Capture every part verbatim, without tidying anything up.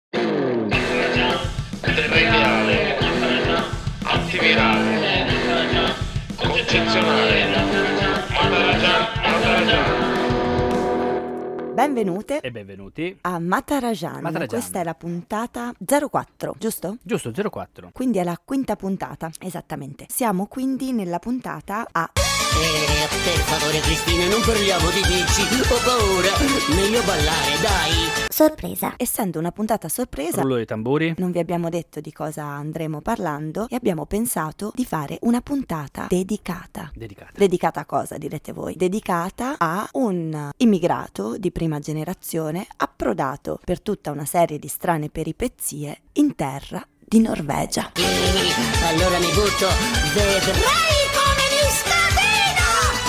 Terrenale, antivirale, concezionale, Matarajan, Matarajan. Benvenute E benvenuti a Matarajan. Matarajan. Questa è la puntata zero quattro, giusto? Giusto, zero quattro. Quindi è la quinta puntata, esattamente. Siamo quindi nella puntata a... Eh, per favore Cristina, non parliamo di vici, ho paura, meglio ballare, dai. Sorpresa. Essendo una puntata sorpresa, Rullo di tamburi. non vi abbiamo detto di cosa andremo parlando e abbiamo pensato di fare una puntata dedicata. Dedicata. Dedicata a cosa, direte voi? Dedicata a un immigrato di prima generazione approdato per tutta una serie di strane peripezie in terra di Norvegia. Eh, allora mi butto, vedrai come mi scateno!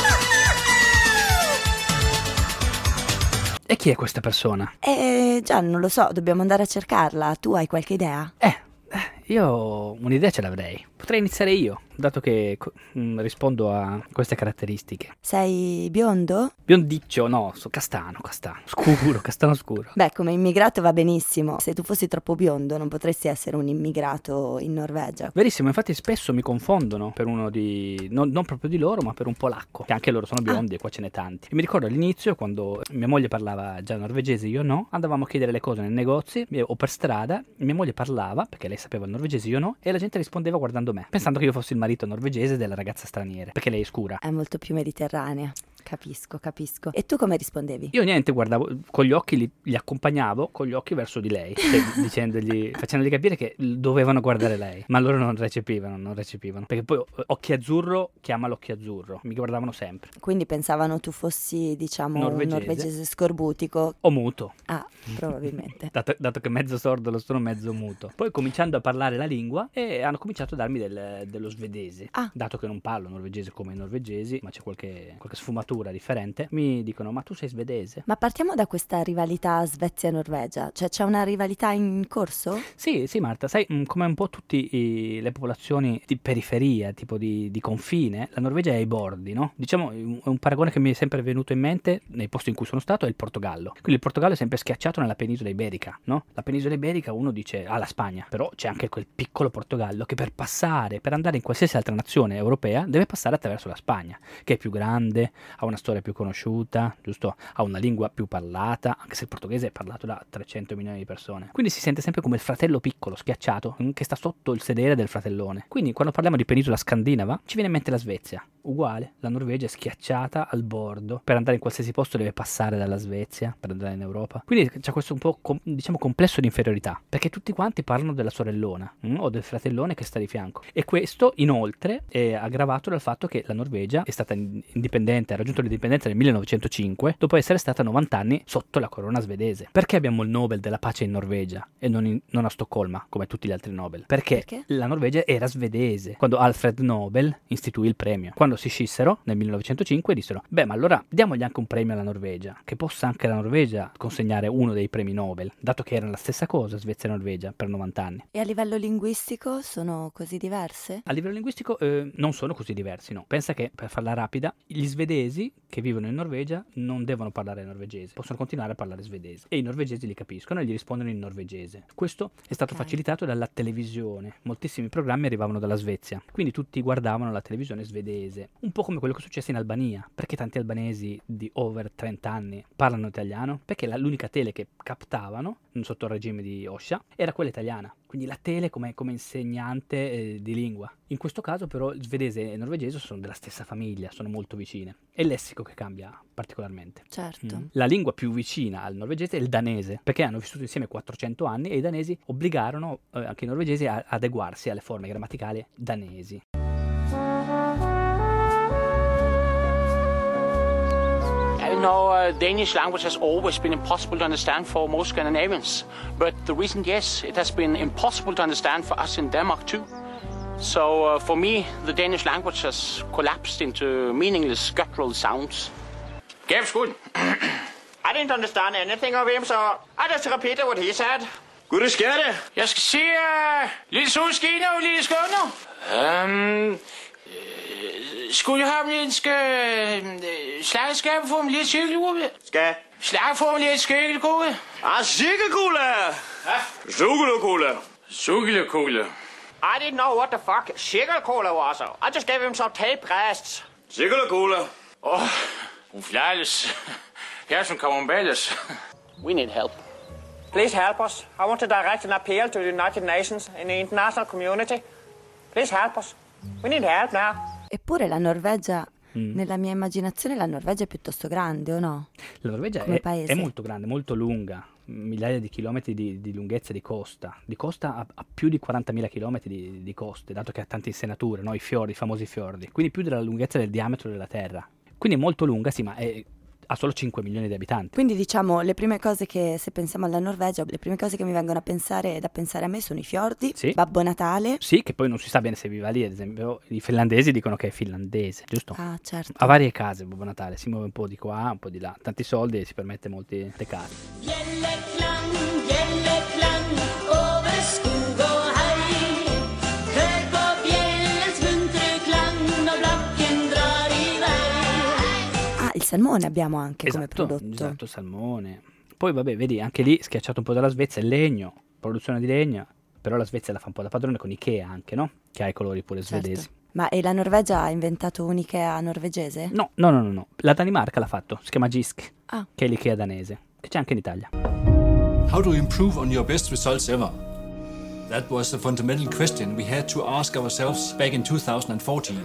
E chi è questa persona? Eh, già non lo so, dobbiamo andare a cercarla. Tu hai qualche idea? Eh, eh, io un'idea ce l'avrei. Potrei iniziare io, dato che co- mh, rispondo a queste caratteristiche. Sei biondo? Biondiccio, no, so castano, castano, scuro, castano scuro. Beh, come immigrato va benissimo. Se tu fossi troppo biondo non potresti essere un immigrato in Norvegia. Verissimo, infatti spesso mi confondono per uno di... Non, non proprio di loro, ma per un polacco, che anche loro sono biondi e qua ce n'è tanti. E mi ricordo all'inizio, quando mia moglie parlava già norvegese, io no, andavamo a chiedere le cose nei negozi eh, o per strada, mia moglie parlava, perché lei sapeva il norvegese, io no, e la gente rispondeva guardando me, pensando che io fossi il marito norvegese della ragazza straniera, perché lei è scura. È molto più mediterranea. Capisco, capisco. E tu come rispondevi? Io niente, guardavo con gli occhi, li, li accompagnavo con gli occhi verso di lei, cioè, dicendogli, facendogli capire che dovevano guardare lei, ma loro non recepivano, non recepivano, perché poi occhi azzurro chiama l'occhio azzurro, mi guardavano sempre. Quindi pensavano tu fossi, diciamo, Norvegese. un norvegese scorbutico. O muto, Ah, probabilmente. dato, dato che mezzo sordo lo sono, mezzo muto. Poi cominciando a parlare la lingua e hanno cominciato a darmi del- dello svedese, Ah. dato che non parlo norvegese come i norvegesi, ma c'è qualche, qualche sfumatura differente, mi dicono ma tu sei svedese? Ma partiamo da questa rivalità Svezia-Norvegia. Cioè c'è una rivalità in corso? Sì, sì Marta, sai, mh, come un po' tutte le popolazioni di periferia, tipo di, di confine, la Norvegia è ai bordi, no? Diciamo, un, un paragone che mi è sempre venuto in mente nei posti in cui sono stato è il Portogallo. Quindi il Portogallo è sempre schiacciato nella penisola iberica, no? La penisola iberica uno dice, ah, la Spagna, però c'è anche quel piccolo Portogallo che per passare, per andare in qualsiasi altra nazione europea, deve passare attraverso la Spagna, che è più grande, ha una storia più conosciuta, giusto? Ha una lingua più parlata, anche se il portoghese è parlato da trecento milioni di persone. Quindi si sente sempre come il fratello piccolo, schiacciato, che sta sotto il sedere del fratellone. Quindi quando parliamo di penisola scandinava, ci viene in mente la Svezia. Uguale, la Norvegia è schiacciata al bordo. Per andare in qualsiasi posto deve passare dalla Svezia, per andare in Europa. Quindi c'è questo un po', com- diciamo, complesso di inferiorità, perché tutti quanti parlano della sorellona mh, o del fratellone che sta di fianco. E questo, inoltre, è aggravato dal fatto che la Norvegia è stata indipendente, ha raggiunto l'indipendenza nel millenovecentocinque, dopo essere stata novanta anni sotto la corona svedese. Perché abbiamo il Nobel della pace in Norvegia e non, in, non a Stoccolma, come tutti gli altri Nobel? Perché, Perché? la Norvegia era svedese, quando Alfred Nobel istituì il premio. Quando si scissero, nel millenovecentocinque, dissero, beh, ma allora diamogli anche un premio alla Norvegia, che possa anche la Norvegia consegnare uno dei premi Nobel, dato che erano la stessa cosa, Svezia e Norvegia, per novanta anni. E a livello linguistico sono così diverse? A livello linguistico eh, non sono così diversi, no. Pensa che, per farla rapida, gli svedesi che vivono in Norvegia non devono parlare norvegese, possono continuare a parlare svedese e i norvegesi li capiscono e gli rispondono in norvegese. Questo è stato Ok. facilitato dalla televisione, moltissimi programmi arrivavano dalla Svezia, quindi tutti guardavano la televisione svedese, un po' come quello che è successo in Albania. Perché tanti albanesi di over trenta anni parlano italiano? Perché la, l'unica tele che captavano sotto il regime di Osha era quella italiana, quindi la tele come, come insegnante eh, di lingua. In questo caso però il svedese e il norvegese sono della stessa famiglia, sono molto vicine. È il lessico che cambia particolarmente. Certo. Mm. La lingua più vicina al norvegese è il danese, perché hanno vissuto insieme quattrocento anni e i danesi obbligarono eh, anche i norvegesi a adeguarsi alle forme grammaticali danesi. You know, uh, Danish language has always been impossible to understand for most Scandinavians, but the recent years it has been impossible to understand for us in Denmark too. So uh, for me, the Danish language has collapsed into meaningless guttural sounds. Gavskud. I didn't understand anything of him, so I just repeated what he said. Gud, det sker det. Jeg skal se, uh, lille solskin og lille skønner. Um, skulle du have en skal, slagskab for en lille cykelur? Skal, Slagformuleret skægelkugle. Ah, sikkerkugle! Sukkerkugle! Sukkelekugle. I didn't know what the fuck sikkerkugle was. I just gave him some tape rests. Sikkerkugle. Åh, hun flejles. Her som kammerballes. We need help. Please help us. I want to direct an appeal to the United Nations and the international community. Please help us. We need help now. Eppure la Norvegia, Mm. nella mia immaginazione, la Norvegia è piuttosto grande, o no? La Norvegia Come è, paese. è molto grande, molto lunga, migliaia di chilometri di, di lunghezza di costa. Di costa ha, ha più di quarantamila chilometri di, di coste, dato che ha tante insenature, no? I fiordi, i famosi fiordi. Quindi più della lunghezza del diametro della Terra. Quindi è molto lunga, sì, ma è, ha solo cinque milioni di abitanti. Quindi diciamo, le prime cose che, se pensiamo alla Norvegia, le prime cose che mi vengono a pensare, da pensare a me sono i fiordi, Sì. Babbo Natale. Sì, che poi non si sa bene se viva lì, ad esempio i finlandesi dicono che è finlandese, giusto? Ah, certo. Ha varie case Babbo Natale, si muove un po' di qua, un po' di là, tanti soldi e si permette molte case. Gjelleklang, gjelleklang, over skog og hei. Hør på bjellens muntre klang når blakken drar i vei. Ah, il salmone abbiamo anche come Esatto, prodotto. esatto, salmone. Poi vabbè, vedi, anche lì schiacciato un po' dalla Svezia, il legno, produzione di legno, però la Svezia la fa un po' da padrone con Ikea anche, no? Che ha i colori pure Certo. svedesi. Ma e la Norvegia ha inventato un'Ikea norvegese? No, no, no, no, no. La Danimarca l'ha fatto, si chiama Gisk, Ah. che è l'Ikea danese, che c'è anche in Italia. How to improve on your best results ever? That was the fundamental question we had to ask ourselves back in two thousand fourteen.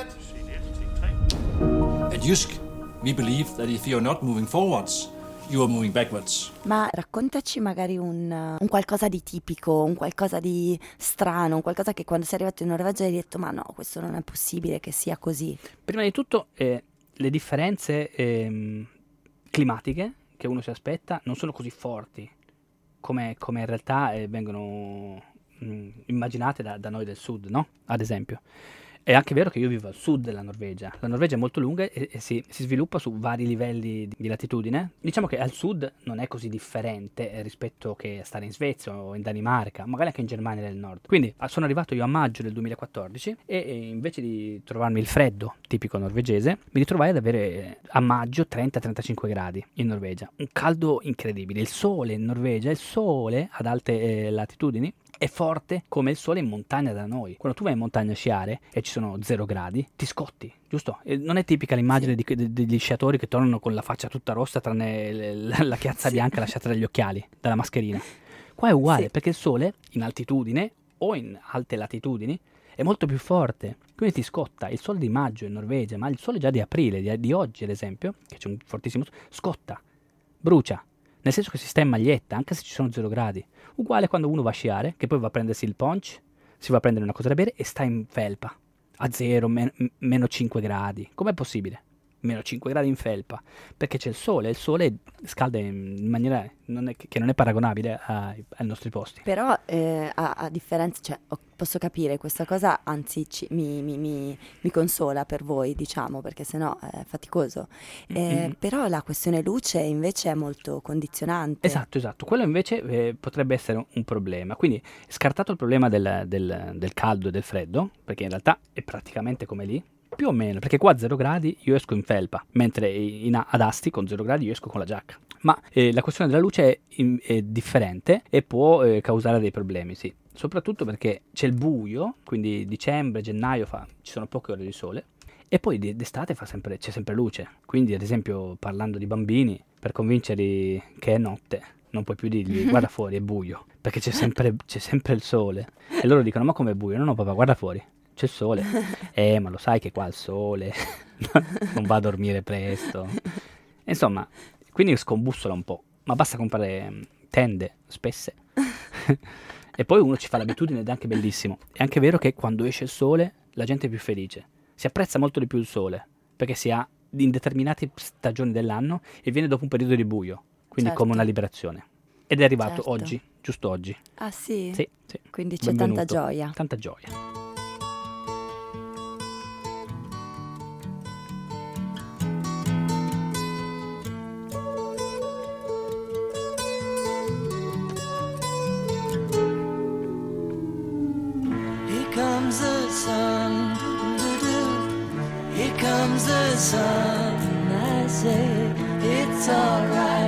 At Jysk, we believe that if you're not moving forwards, you are moving backwards. Ma raccontaci magari un, uh, un qualcosa di tipico, un qualcosa di strano, un qualcosa che quando sei arrivato in Norvegia hai detto ma no, questo non è possibile che sia così. Prima di tutto, eh, le differenze ehm, climatiche che uno si aspetta non sono così forti come, come in realtà eh, vengono mh, immaginate da, da noi del sud, no? Ad esempio. È anche vero che io vivo al sud della Norvegia. La Norvegia è molto lunga e, e si, si sviluppa su vari livelli di, di latitudine. Diciamo che al sud non è così differente eh, rispetto che stare in Svezia o in Danimarca, magari anche in Germania del Nord. Quindi ah, sono arrivato io a maggio del duemilaquattordici e, e invece di trovarmi il freddo tipico norvegese, mi ritrovai ad avere eh, a maggio trenta trentacinque gradi in Norvegia. Un caldo incredibile. Il sole in Norvegia, il sole ad alte eh, latitudini, è forte come il sole in montagna da noi. Quando tu vai in montagna a sciare e ci sono zero gradi, ti scotti, giusto? E non è tipica l'immagine di, de, degli sciatori che tornano con la faccia tutta rossa tranne le, la, la chiazza Sì. bianca lasciata dagli occhiali, dalla mascherina. Qua è uguale, Sì. perché il sole in altitudine o in alte latitudini è molto più forte, quindi ti scotta. Il sole di maggio in Norvegia, ma il sole già di aprile, di, di oggi ad esempio, che c'è un fortissimo sole, scotta, brucia. Nel senso che si sta in maglietta, anche se ci sono zero gradi. Uguale quando uno va a sciare, che poi va a prendersi il punch, si va a prendere una cosa da bere e sta in felpa. A zero, men- meno cinque gradi. Com'è possibile? Meno cinque gradi in felpa. Perché c'è il sole, il sole scalda in maniera non è, che non è paragonabile ai, ai nostri posti. Però eh, a, a differenza, cioè ho- posso capire questa cosa, anzi ci- mi, mi- mi- mi consola per voi, diciamo, perché sennò è faticoso. Eh, Mm-mm. Però la questione luce invece è molto condizionante. Esatto, esatto. Quello invece eh, potrebbe essere un problema. Quindi, scartato il problema del, del- del caldo e del freddo, perché in realtà è praticamente come lì, più o meno, perché qua a zero gradi io esco in felpa, mentre in, ad Asti con zero gradi io esco con la giacca. Ma eh, la questione della luce è, in- è differente e può eh, causare dei problemi, sì. Soprattutto perché c'è il buio, quindi dicembre, gennaio fa, ci sono poche ore di sole, e poi di- d'estate fa sempre, c'è sempre luce. Quindi, ad esempio, parlando di bambini, per convincerli che è notte, non puoi più dirgli guarda fuori, è buio, perché c'è sempre, c'è sempre il sole. E loro dicono ma com'è buio? No, no papà, guarda fuori, c'è il sole. Eh, ma lo sai che qua il sole non va a dormire presto. Insomma, quindi scombussola un po', ma basta comprare mm, tende spesse. E poi uno ci fa l'abitudine ed è anche bellissimo. È anche vero che quando esce il sole la gente è più felice. Si apprezza molto di più il sole, perché si ha in determinate stagioni dell'anno e viene dopo un periodo di buio, quindi Certo. come una liberazione. Ed è arrivato Certo. oggi, giusto oggi. Ah sì? Sì, sì. Quindi c'è Benvenuto. tanta gioia. Tanta gioia. Here comes the sun, doo-doo-doo. Here comes the sun. I say it's alright.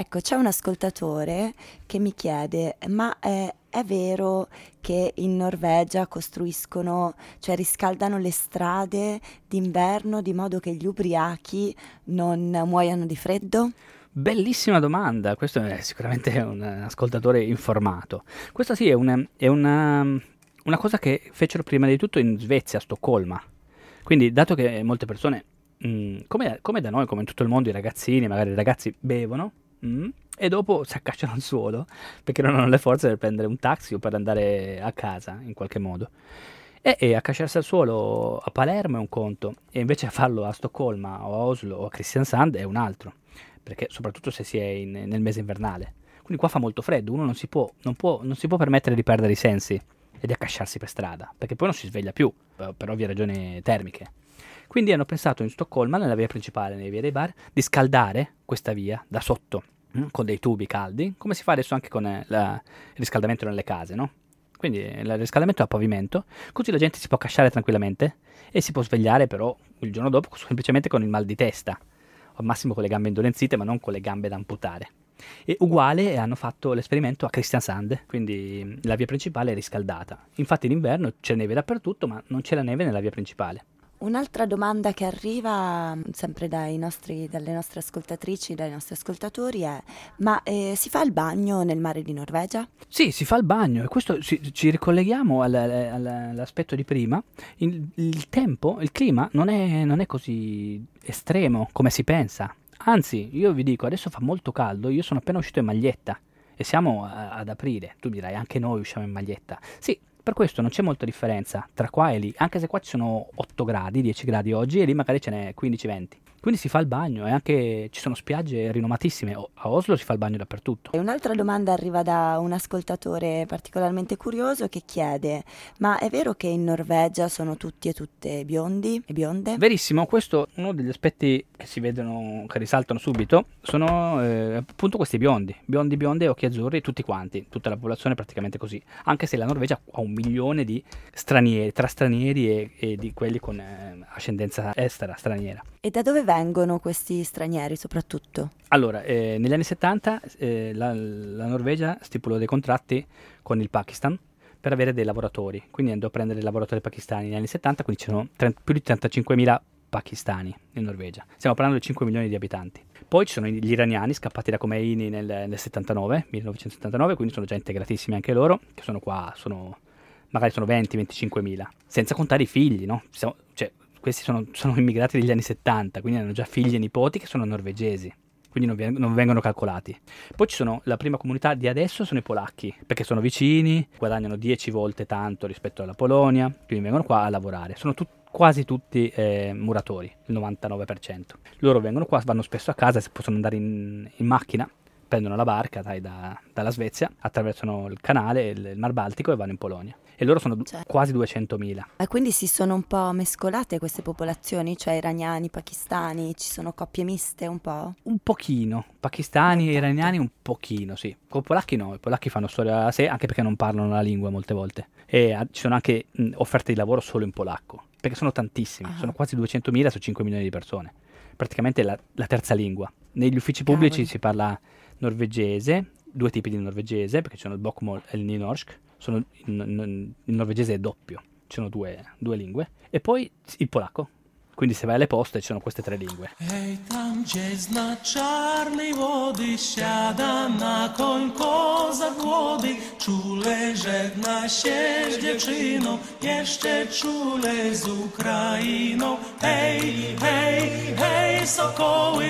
Ecco, c'è un ascoltatore che mi chiede, ma è, è vero che in Norvegia costruiscono, cioè riscaldano le strade d'inverno di modo che gli ubriachi non muoiano di freddo? Bellissima domanda, questo è sicuramente un ascoltatore informato. Questa sì è, una, è una, una cosa che fecero prima di tutto in Svezia, a Stoccolma. Quindi, dato che molte persone, mh, come, come da noi, come in tutto il mondo, i ragazzini, magari i ragazzi bevono mh, e dopo si accasciano al suolo perché non hanno le forze per prendere un taxi o per andare a casa in qualche modo. E, e accasciarsi al suolo a Palermo è un conto, e invece farlo a Stoccolma o a Oslo o a Kristiansand è un altro. Perché soprattutto se si è in, nel mese invernale. Quindi qua fa molto freddo, uno non si, può, non, può, non si può permettere di perdere i sensi e di accasciarsi per strada, perché poi non si sveglia più, per ovvie ragioni termiche. Quindi hanno pensato in Stoccolma, nella via principale, nelle vie dei bar, di scaldare questa via da sotto, mh, con dei tubi caldi, come si fa adesso anche con eh, la, il riscaldamento nelle case, no? Quindi il riscaldamento a pavimento, così la gente si può accasciare tranquillamente e si può svegliare però il giorno dopo semplicemente con il mal di testa, al massimo con le gambe indolenzite, ma non con le gambe da amputare. E uguale hanno fatto l'esperimento a Kristiansand, quindi la via principale è riscaldata. Infatti d'inverno c'è neve dappertutto, ma non c'è la neve nella via principale. Un'altra domanda che arriva sempre dai nostri, dalle nostre ascoltatrici, dai nostri ascoltatori è: ma eh, si fa il bagno nel mare di Norvegia? Sì, si fa il bagno, e questo ci, ci ricolleghiamo al, al, all'aspetto di prima. Il, il tempo, il clima non è, non è così estremo come si pensa. Anzi, io vi dico, adesso fa molto caldo, io sono appena uscito in maglietta e siamo a, ad aprile. Tu dirai, anche noi usciamo in maglietta. Sì, per questo non c'è molta differenza tra qua e lì, anche se qua ci sono otto gradi, dieci gradi oggi, e lì magari ce n'è quindici venti. Quindi si fa il bagno, e anche ci sono spiagge rinomatissime. A Oslo si fa il bagno dappertutto. E un'altra domanda arriva da un ascoltatore particolarmente curioso che chiede: ma è vero che in Norvegia sono tutti e tutte biondi e bionde? Verissimo, questo è uno degli aspetti che si vedono, che risaltano subito, sono eh, appunto questi biondi, biondi, bionde, occhi azzurri, tutti quanti, tutta la popolazione è praticamente così, anche se la Norvegia ha un milione di stranieri, tra stranieri e, e di quelli con eh, ascendenza estera, straniera. E da dove vengono questi stranieri soprattutto? Allora, eh, negli anni settanta eh, la, la Norvegia stipulò dei contratti con il Pakistan per avere dei lavoratori, quindi andò a prendere lavoratori pakistani negli anni settanta, quindi c'erano trenta, più di trentacinquemila pakistani in Norvegia. Stiamo parlando di cinque milioni di abitanti. Poi ci sono gli iraniani scappati da Khomeini nel, nel settantanove, millenovecentosettantanove, quindi sono già integratissimi anche loro, che sono qua, sono magari sono venti venticinquemila, senza contare i figli, no? Siamo, cioè, questi sono, sono immigrati degli anni settanta, quindi hanno già figli e nipoti che sono norvegesi, quindi non, non vengono calcolati. Poi ci sono, la prima comunità di adesso sono i polacchi, perché sono vicini, guadagnano dieci volte tanto rispetto alla Polonia, quindi vengono qua a lavorare. Sono tut, quasi tutti eh, muratori, il novantanove per cento. Loro vengono qua, vanno spesso a casa, si possono andare in, in macchina, prendono la barca dai, da, dalla Svezia, attraversano il canale, il, il Mar Baltico e vanno in Polonia. E loro sono Cioè. quasi duecentomila. E quindi si sono un po' mescolate queste popolazioni, cioè iraniani, pakistani, ci sono coppie miste un po'? Un pochino, pakistani e iraniani un pochino, sì. Con i polacchi no, i polacchi fanno storia a sé, anche perché non parlano la lingua molte volte. E a, ci sono anche mh, offerte di lavoro solo in polacco, perché sono tantissimi, Ah. sono quasi duecentomila su cinque milioni di persone. Praticamente la, la terza lingua. Negli uffici pubblici Cavoli. si parla norvegese, due tipi di norvegese, perché ci sono il bokmål e il nynorsk. Sono, in, in, il norvegese è doppio, ci sono due, due lingue. E poi il polacco. Quindi se vai alle poste ci sono queste tre lingue. Hej, tam gdzieś na czarnej wody siada na koń kozak młody. Czule żegna się z dziewczyną, jeszcze czule z Ukrainą. Hej, hej, hej, sokoły,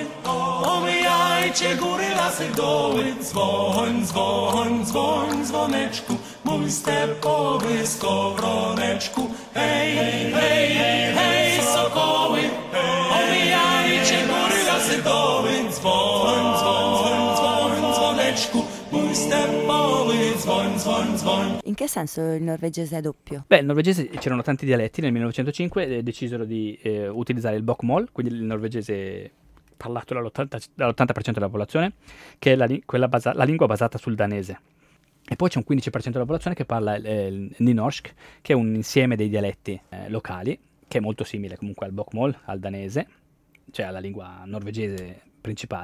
omijajcie góry, lasy, doły. Dzwoń, dzwoń, dzwoń, dzwoneczku, mój stepowy skowroneczku. Hej, hej, hej, hej, sokoły, omijajcie góry, lasy, doły. Dzwoń, dzwoń, dzwoń, dzwoneczku, mój stepowy dzwoń, dzwoń, dzwoń. In che senso il norvegese è doppio? Beh, il norvegese c'erano tanti dialetti, nel millenovecentocinque eh, decisero di eh, utilizzare il bokmål, quindi il norvegese parlato dall'ottanta, dall'ottanta per cento della popolazione, che è la, li- quella basa- la lingua basata sul danese. E poi c'è un quindici per cento della popolazione che parla eh, il nynorsk, che è un insieme dei dialetti eh, locali, che è molto simile comunque al bokmål, al danese, cioè alla lingua norvegese principale.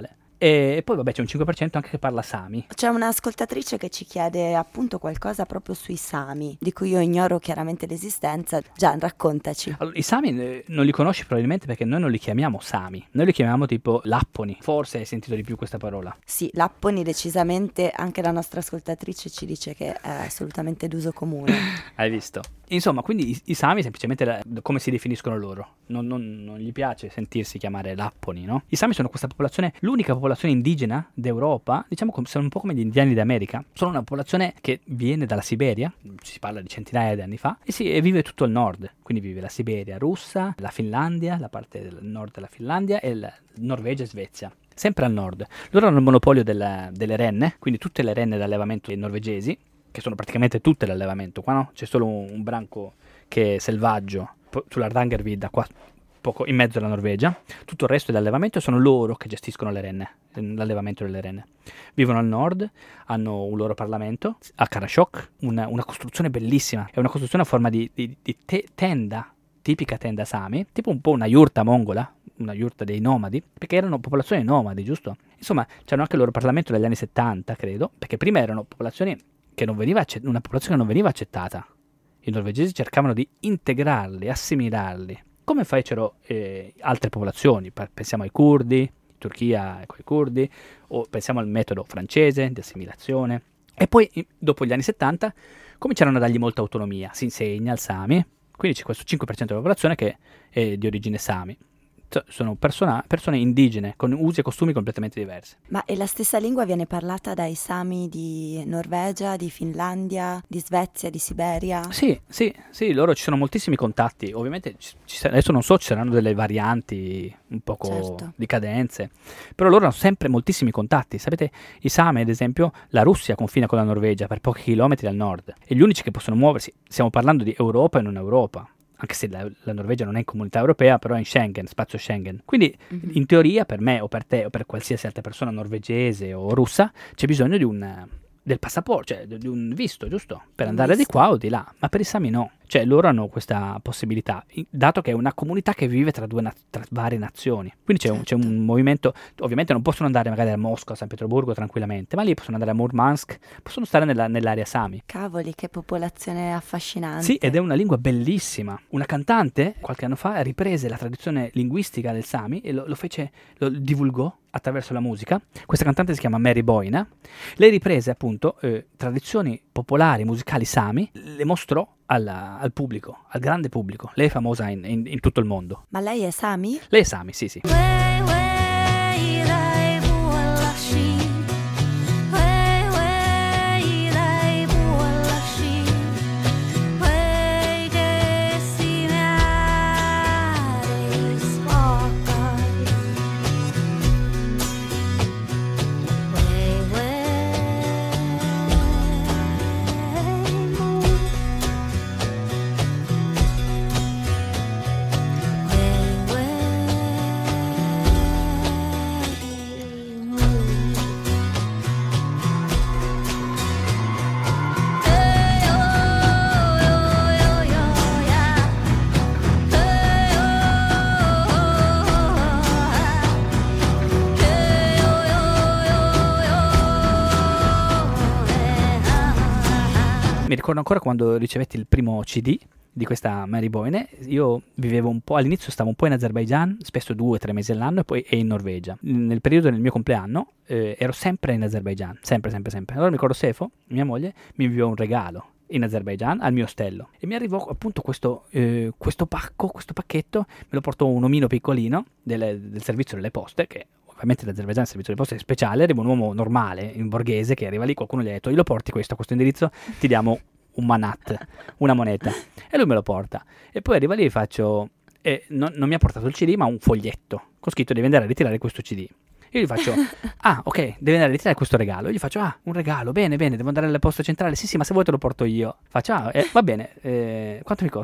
E, e poi vabbè c'è un cinque per cento anche che parla Sami. C'è un'ascoltatrice che ci chiede appunto qualcosa proprio sui Sami, di cui io ignoro chiaramente l'esistenza. Gian, raccontaci. Allora, i Sami eh, non li conosci probabilmente perché noi non li chiamiamo Sami, noi li chiamiamo tipo Lapponi. Forse hai sentito di più questa parola. Sì, Lapponi decisamente, anche la nostra ascoltatrice ci dice che è assolutamente d'uso comune. Hai visto? Insomma, quindi i, i Sami semplicemente la- come si definiscono loro. Non, non- non gli piace sentirsi chiamare Lapponi, no? I Sami sono questa popolazione, l'unica popolazione indigena d'Europa, diciamo com- sono un po' come gli indiani d'America. Sono una popolazione che viene dalla Siberia, si parla di centinaia di anni fa, e, si, e vive tutto il nord. Quindi vive la Siberia russa, la Finlandia, la parte del nord della Finlandia e la Norvegia e Svezia. Sempre al nord. Loro hanno il monopolio della- delle renne, quindi tutte le renne d'allevamento norvegesi, che sono praticamente tutte l'allevamento, qua no? C'è solo un, un branco che è selvaggio po- sulla Hardangervidda, qua poco in mezzo alla Norvegia, tutto il resto è l'allevamento e sono loro che gestiscono le renne, l'allevamento delle renne. Vivono al nord, hanno un loro parlamento, a Karasjok, una, una costruzione bellissima, è una costruzione a forma di, di- di te- tenda, tipica tenda Sami, tipo un po' una yurta mongola, una yurta dei nomadi, perché erano popolazioni nomadi, giusto? Insomma, c'erano anche il loro parlamento dagli anni settanta, credo, perché prima erano popolazioni che non veniva accett- una popolazione che non veniva accettata. I norvegesi cercavano di integrarli, assimilarli, come fecero eh, altre popolazioni. Pa- Pensiamo ai curdi, in Turchia con i curdi, o pensiamo al metodo francese di assimilazione. E poi, i- dopo gli anni settanta, cominciarono a dargli molta autonomia. Si insegna al Sami, quindi c'è questo cinque per cento della popolazione che è di origine Sami. So- Sono persona- persone indigene, con usi e costumi completamente diversi. Ma e la stessa lingua viene parlata dai Sami di Norvegia, di Finlandia, di Svezia, di Siberia? Sì, sì, sì, loro ci sono moltissimi contatti. Ovviamente ci- ci sa- adesso non so, ci saranno delle varianti un poco Certo. di cadenze, però loro hanno sempre moltissimi contatti. Sapete, i Sami, ad esempio, la Russia confina con la Norvegia per pochi chilometri al nord e gli unici che possono muoversi, stiamo parlando di Europa e non Europa. Anche se la, la Norvegia non è in comunità europea, però è in Schengen, spazio Schengen. Quindi, Mhm. in teoria, per me o per te o per qualsiasi altra persona norvegese o russa, c'è bisogno di un, del passaporto, cioè di un visto, giusto? Per Un andare di visto. qua o di là. Ma per i Sami no. Cioè, loro hanno questa possibilità, in- dato che è una comunità che vive tra, due na- tra varie nazioni. Quindi c'è, un, c'è Certo. un movimento, ovviamente non possono andare magari a Mosca o a San Pietroburgo tranquillamente, ma lì possono andare a Murmansk, possono stare nella- nell'area Sami. Cavoli, che popolazione affascinante. Sì, ed è una lingua bellissima. Una cantante qualche anno fa riprese la tradizione linguistica del Sami e lo, lo fece, lo divulgò attraverso la musica. Questa cantante si chiama Mary Boina. Lei riprese appunto eh, tradizioni popolari musicali Sami, le mostrò alla- al pubblico, al grande pubblico. Lei è famosa in, in- in tutto il mondo. Ma lei è Sami? Lei è Sami, sì, sì. Mi ricordo ancora quando ricevetti il primo C D di questa Mary Boine. Io vivevo un po', all'inizio stavo un po' in Azerbaijan, spesso due o tre mesi all'anno, e poi e in Norvegia. Nel periodo del mio compleanno eh, ero sempre in Azerbaijan, sempre, sempre, sempre. Allora mi ricordo Sefo, mia moglie, mi inviò un regalo in Azerbaijan al mio ostello e mi arrivò appunto questo, eh, questo pacco, questo pacchetto, me lo portò un omino piccolino del, del servizio delle poste, che ovviamente l'Azerbaijan, il servizio delle poste è speciale, arriva un uomo normale, un borghese che arriva lì, qualcuno gli ha detto io lo porti questo a questo indirizzo, ti diamo un manat, una moneta, e lui me lo porta e poi arriva lì e faccio e non, non mi ha portato il C D ma un foglietto con scritto devi andare a ritirare questo C D. Io gli faccio, ah ok, devi andare a ritirare questo regalo. Io gli faccio, ah, un regalo, bene, bene, devo andare alla posta centrale. Sì, sì, ma se vuoi te lo porto io. Faccio, ah, eh, va bene, eh, quanto mi costa?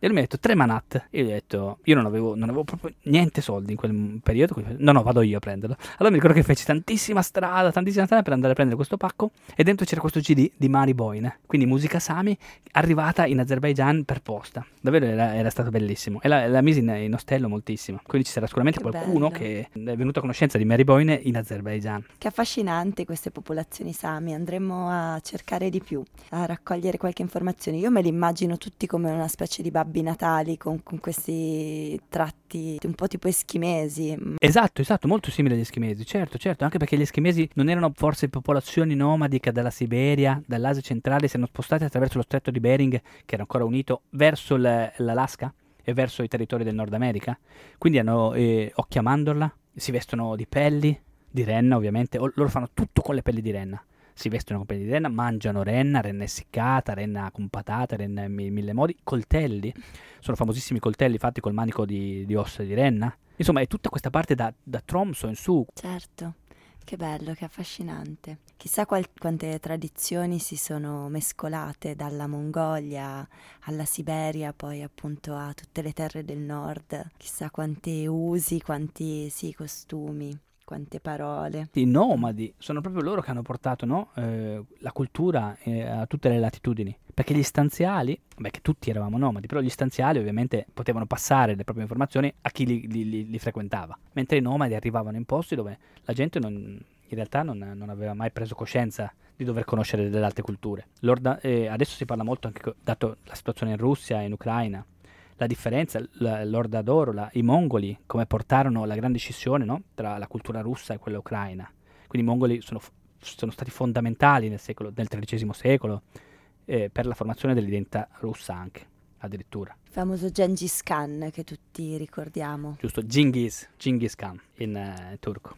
E lui mi ha detto tre manat. E io gli ho detto, io non avevo, non avevo proprio niente soldi in quel periodo. Quindi, no, no, vado io a prenderlo. Allora mi ricordo che feci tantissima strada, tantissima strada per andare a prendere questo pacco. E dentro c'era questo C D di Mari Boine. Quindi musica Sami arrivata in Azerbaijan per posta. Davvero era, era stato bellissimo. E la, la misi in, in ostello moltissimo. Quindi ci sarà sicuramente Che qualcuno bello. che è venuto a conoscenza di Mari Boine in Azerbaijan. Che affascinante queste popolazioni Sami, andremo a cercare di più, a raccogliere qualche informazione. Io me li immagino tutti come una specie di babbi natali con, con questi tratti un po' tipo eschimesi. Esatto, esatto, molto simile agli eschimesi, certo, certo, anche perché gli eschimesi non erano forse popolazioni nomadiche dalla Siberia, dall'Asia centrale, si erano spostati attraverso lo stretto di Bering, che era ancora unito, verso l- l'Alaska e verso i territori del Nord America. Quindi hanno eh, occhia mandorla, si vestono di pelli, di renna ovviamente, o- loro fanno tutto con le pelli di renna. Si vestono con pelli di renna, mangiano renna, renna essiccata, renna con patate, renna in mi- mille modi, coltelli, sono famosissimi coltelli fatti col manico di, di ossa di renna. Insomma, è tutta questa parte da, da Tromsø in su. Certo, che bello, che affascinante. Chissà qual- quante tradizioni si sono mescolate dalla Mongolia alla Siberia, poi appunto a tutte le terre del nord. Chissà quanti usi, quanti sì, costumi, quante parole. I nomadi sono proprio loro che hanno portato, no, eh, la cultura eh, a tutte le latitudini. Perché gli stanziali, beh, che tutti eravamo nomadi, però gli stanziali ovviamente potevano passare le proprie informazioni a chi li, li- li- li frequentava, mentre i nomadi arrivavano in posti dove la gente non, in realtà non, non aveva mai preso coscienza di dover conoscere delle altre culture. L'orda- eh, adesso si parla molto, anche co- dato la situazione in Russia e in Ucraina, la differenza, la- l'Orda d'Oro, la- i mongoli, come portarono la grande scissione, no, tra la cultura russa e quella ucraina. Quindi i mongoli sono, f- sono stati fondamentali nel, secolo, nel tredicesimo secolo, eh, per la formazione dell'identità russa anche, addirittura. Il famoso Gengis Khan che tutti ricordiamo. Giusto, Genghis, Genghis Khan in eh, turco.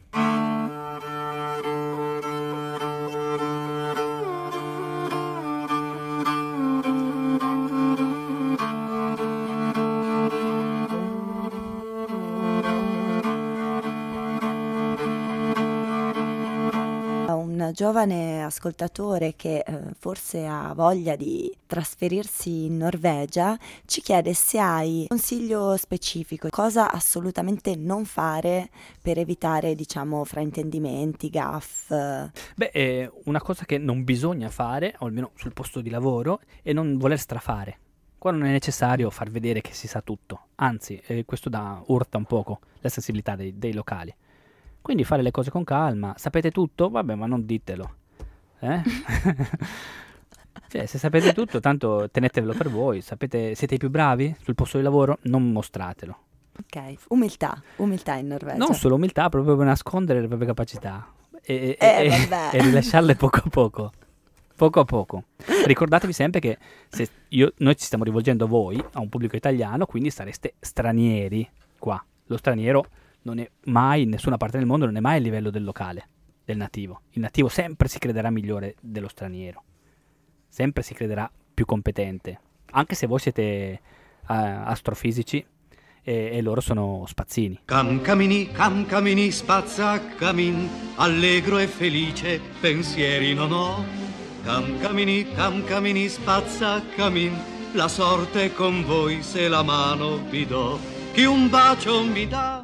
Un giovane ascoltatore che eh, forse ha voglia di trasferirsi in Norvegia ci chiede se hai un consiglio specifico, cosa assolutamente non fare per evitare, diciamo, fraintendimenti, gaff. Beh, eh, una cosa che non bisogna fare, o almeno sul posto di lavoro, è non voler strafare. Qua non è necessario far vedere che si sa tutto, anzi, eh, questo dà, urta un poco la sensibilità dei, dei locali. Quindi fare le cose con calma. Sapete tutto? Vabbè, ma non ditelo. Eh? Cioè, se sapete tutto, tanto tenetevelo per voi. Sapete, siete i più bravi sul posto di lavoro? Non mostratelo. Ok, umiltà, umiltà in Norvegia. Non solo umiltà, proprio per nascondere le proprie capacità. E, e- Eh, e- vabbè. e rilasciarle poco a poco. Poco a poco. Ricordatevi sempre che se io- noi ci stiamo rivolgendo a voi, a un pubblico italiano, quindi sareste stranieri qua. Lo straniero non è mai, in nessuna parte del mondo, non è mai a livello del locale, del nativo. Il nativo sempre si crederà migliore dello straniero. Sempre si crederà più competente. Anche se voi siete eh, astrofisici e, e loro sono spazzini. Cam camini, cam camini, spazza camin, allegro e felice, pensieri non ho. Cam camini, cam camini, spazza camin, la sorte è con voi se la mano vi do. Chi un bacio mi dà,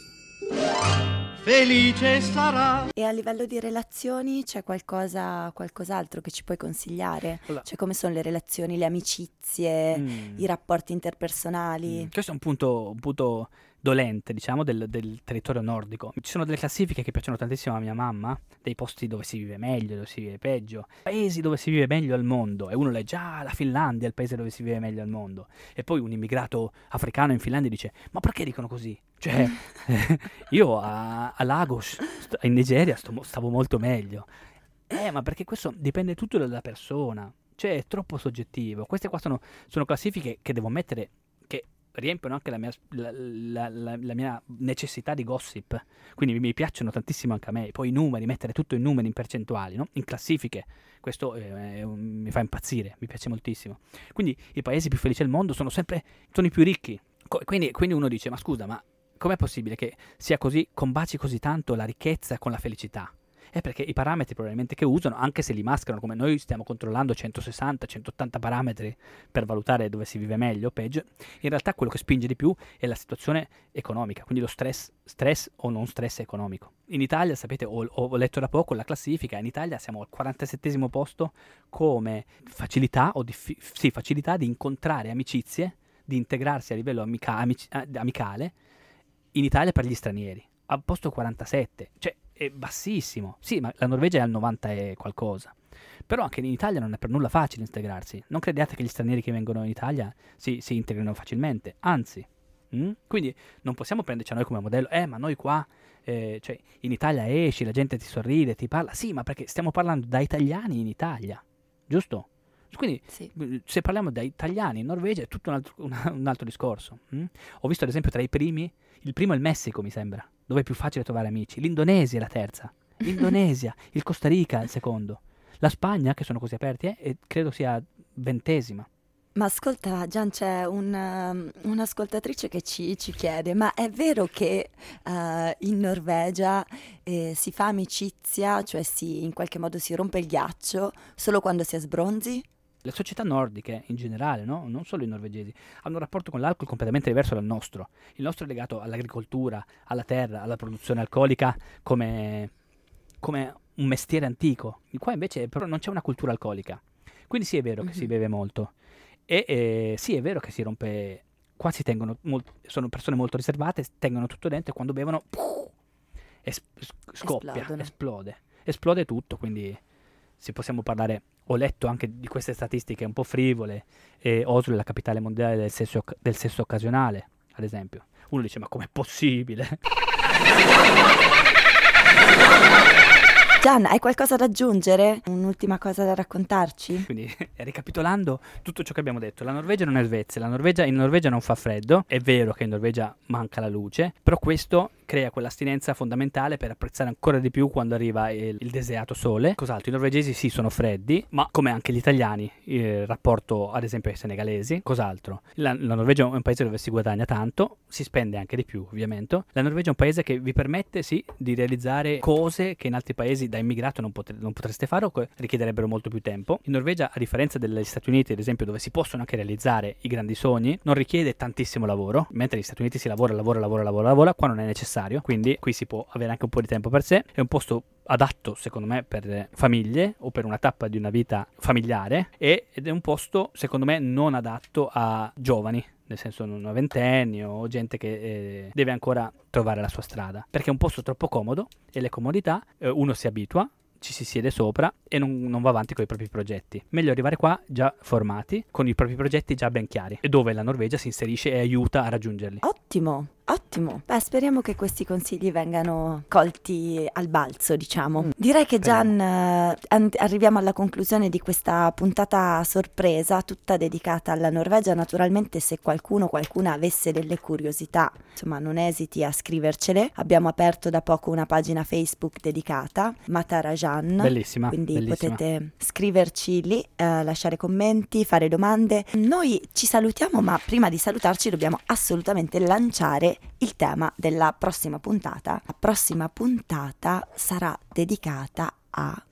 felice sarà. E a livello di relazioni c'è qualcosa, qualcos'altro che ci puoi consigliare? Allora- Cioè come sono le relazioni, le amicizie, Mm. i rapporti interpersonali? Questo è un punto, un punto dolente, diciamo, del, del territorio nordico. Ci sono delle classifiche che piacciono tantissimo a mia mamma, dei posti dove si vive meglio, dove si vive peggio, paesi dove si vive meglio al mondo. E uno legge, ah, la Finlandia è il paese dove si vive meglio al mondo. E poi un immigrato africano in Finlandia dice, ma perché dicono così? Cioè, io a, a Lagos, st- in Nigeria, sto mo- stavo molto meglio. Eh, ma perché questo dipende tutto dalla persona. Cioè, è troppo soggettivo. Queste qua sono, sono classifiche che devo mettere, che riempiono anche la mia, la, la- la- la mia necessità di gossip. Quindi mi, mi piacciono tantissimo anche a me. Poi i numeri, mettere tutto in numeri, in percentuali, no? In classifiche. Questo eh, è un- mi fa impazzire, mi piace moltissimo. Quindi i paesi più felici al mondo sono sempre sono i più ricchi. Co- quindi, quindi uno dice, ma scusa, ma com'è possibile che sia così, combaci così tanto la ricchezza con la felicità? È perché i parametri probabilmente che usano, anche se li mascherano, come noi stiamo controllando centosessanta centottanta parametri per valutare dove si vive meglio o peggio, in realtà quello che spinge di più è la situazione economica, quindi lo stress, stress o non stress economico. In Italia, sapete, ho, ho letto da poco la classifica, in Italia siamo al quarantasettesimo posto come facilità, o diffi- sì, facilità di incontrare amicizie, di integrarsi a livello amica- amici- amicale in Italia per gli stranieri, al posto quarantasette, cioè è bassissimo. Sì, ma la Norvegia è al novanta e qualcosa. Però anche in Italia non è per nulla facile integrarsi. Non crediate che gli stranieri che vengono in Italia si, si integrino facilmente, anzi. Mm? Quindi non possiamo prenderci a noi come modello, eh ma noi qua, eh, cioè in Italia esci, la gente ti sorride, ti parla. Sì, ma perché stiamo parlando da italiani in Italia, giusto? Quindi Sì. se parliamo da italiani in Norvegia è tutto un altro, una, un altro discorso. Mm? Ho visto ad esempio tra i primi, il primo è il Messico mi sembra, dove è più facile trovare amici. L'Indonesia è la terza, l'Indonesia, il Costa Rica è il secondo. La Spagna, che sono così aperti, eh, e credo sia ventesima. Ma ascolta, Gian, c'è una, un'ascoltatrice che ci, ci chiede, ma è vero che uh, in Norvegia eh, si fa amicizia, cioè si, in qualche modo si rompe il ghiaccio solo quando si è sbronzi? Le società nordiche in generale, no? Non solo i norvegesi, hanno un rapporto con l'alcol completamente diverso dal nostro. Il nostro è legato all'agricoltura, alla terra, alla produzione alcolica come, come un mestiere antico. Qua invece però non c'è una cultura alcolica. Quindi sì, è vero che mm-hmm. si beve molto. E eh, sì, è vero che si rompe. Qua si tengono, molt- sono persone molto riservate, tengono tutto dentro e quando bevono puh, es- scoppia, Esplodono. esplode. Esplode tutto, quindi se possiamo parlare. Ho letto anche di queste statistiche un po' frivole. E Oslo è la capitale mondiale del sesso, del sesso occasionale, ad esempio. Uno dice, ma com'è possibile? Gian, hai qualcosa da aggiungere? Un'ultima cosa da raccontarci? Quindi, ricapitolando tutto ciò che abbiamo detto, la Norvegia non è Svezia, la Norvegia, in Norvegia non fa freddo, è vero che in Norvegia manca la luce, però questo crea quell'astinenza fondamentale per apprezzare ancora di più quando arriva il, il deseato sole. Cos'altro? I norvegesi sì sono freddi, ma come anche gli italiani, il rapporto ad esempio ai senegalesi. Cos'altro? La, la Norvegia è un paese dove si guadagna tanto, si spende anche di più ovviamente. La Norvegia è un paese che vi permette sì di realizzare cose che in altri paesi da immigrato non, potre, non potreste fare o che richiederebbero molto più tempo. In Norvegia, a differenza degli Stati Uniti ad esempio, dove si possono anche realizzare i grandi sogni, non richiede tantissimo lavoro, mentre negli Stati Uniti si lavora, lavora, lavora, lavora, lavora, qua non è necessario. Quindi qui si può avere anche un po' di tempo per sé. È un posto adatto secondo me per famiglie o per una tappa di una vita familiare ed è un posto secondo me non adatto a giovani, nel senso non a ventenni o gente che eh, deve ancora trovare la sua strada, perché è un posto troppo comodo e le comodità eh, uno si abitua, ci si siede sopra e non, non va avanti con i propri progetti. Meglio arrivare qua già formati, con i propri progetti già ben chiari e dove la Norvegia si inserisce e aiuta a raggiungerli. Ottimo, ottimo. Beh, speriamo che questi consigli vengano colti al balzo, diciamo. Mm. Direi che Gian eh, and- arriviamo alla conclusione di questa puntata sorpresa, tutta dedicata alla Norvegia. Naturalmente se qualcuno o qualcuna avesse delle curiosità, insomma, non esiti a scrivercele. Abbiamo aperto da poco una pagina Facebook dedicata, Matarajan. Bellissima. Quindi bellissima. potete scriverci lì, eh, lasciare commenti, fare domande. Noi ci salutiamo, ma prima di salutarci dobbiamo assolutamente lanciare il tema della prossima puntata. La prossima puntata sarà dedicata a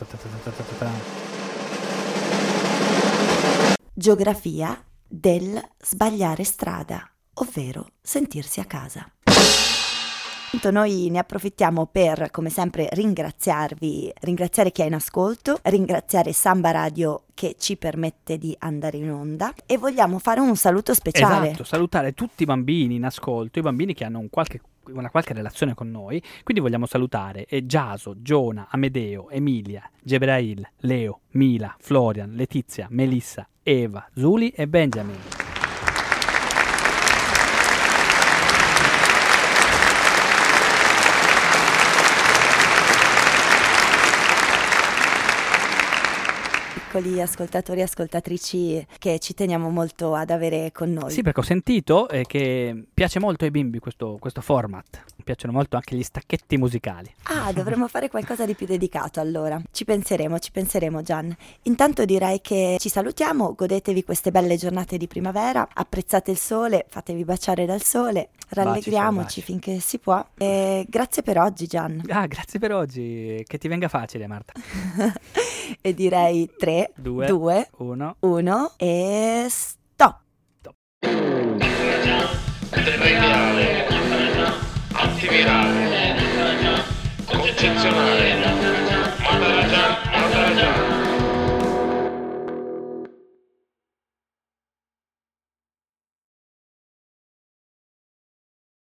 geografia del sbagliare strada, ovvero sentirsi a casa. Noi ne approfittiamo per, come sempre, ringraziarvi, ringraziare chi è in ascolto, ringraziare Samba Radio che ci permette di andare in onda e vogliamo fare un saluto speciale. Esatto, salutare tutti i bambini in ascolto, i bambini che hanno un qualche, una qualche relazione con noi, quindi vogliamo salutare eh, Giaso, Giona, Amedeo, Emilia, Gebrail, Leo, Mila, Florian, Letizia, Melissa, Eva, Zuli e Benjamin. Piccoli ascoltatori e ascoltatrici che ci teniamo molto ad avere con noi. Sì, perché ho sentito eh, che piace molto ai bimbi questo, questo format. Piacciono molto anche gli stacchetti musicali. Ah, dovremmo fare qualcosa di più dedicato allora. Ci penseremo, ci penseremo Gian. Intanto direi che ci salutiamo, godetevi queste belle giornate di primavera, apprezzate il sole, fatevi baciare dal sole Rallegriamoci finché si può. E grazie per oggi, Gian. Ah, grazie per oggi. Che ti venga facile, Marta. E direi tre, Due, due, uno. uno e stop. Territoriale, antivirale.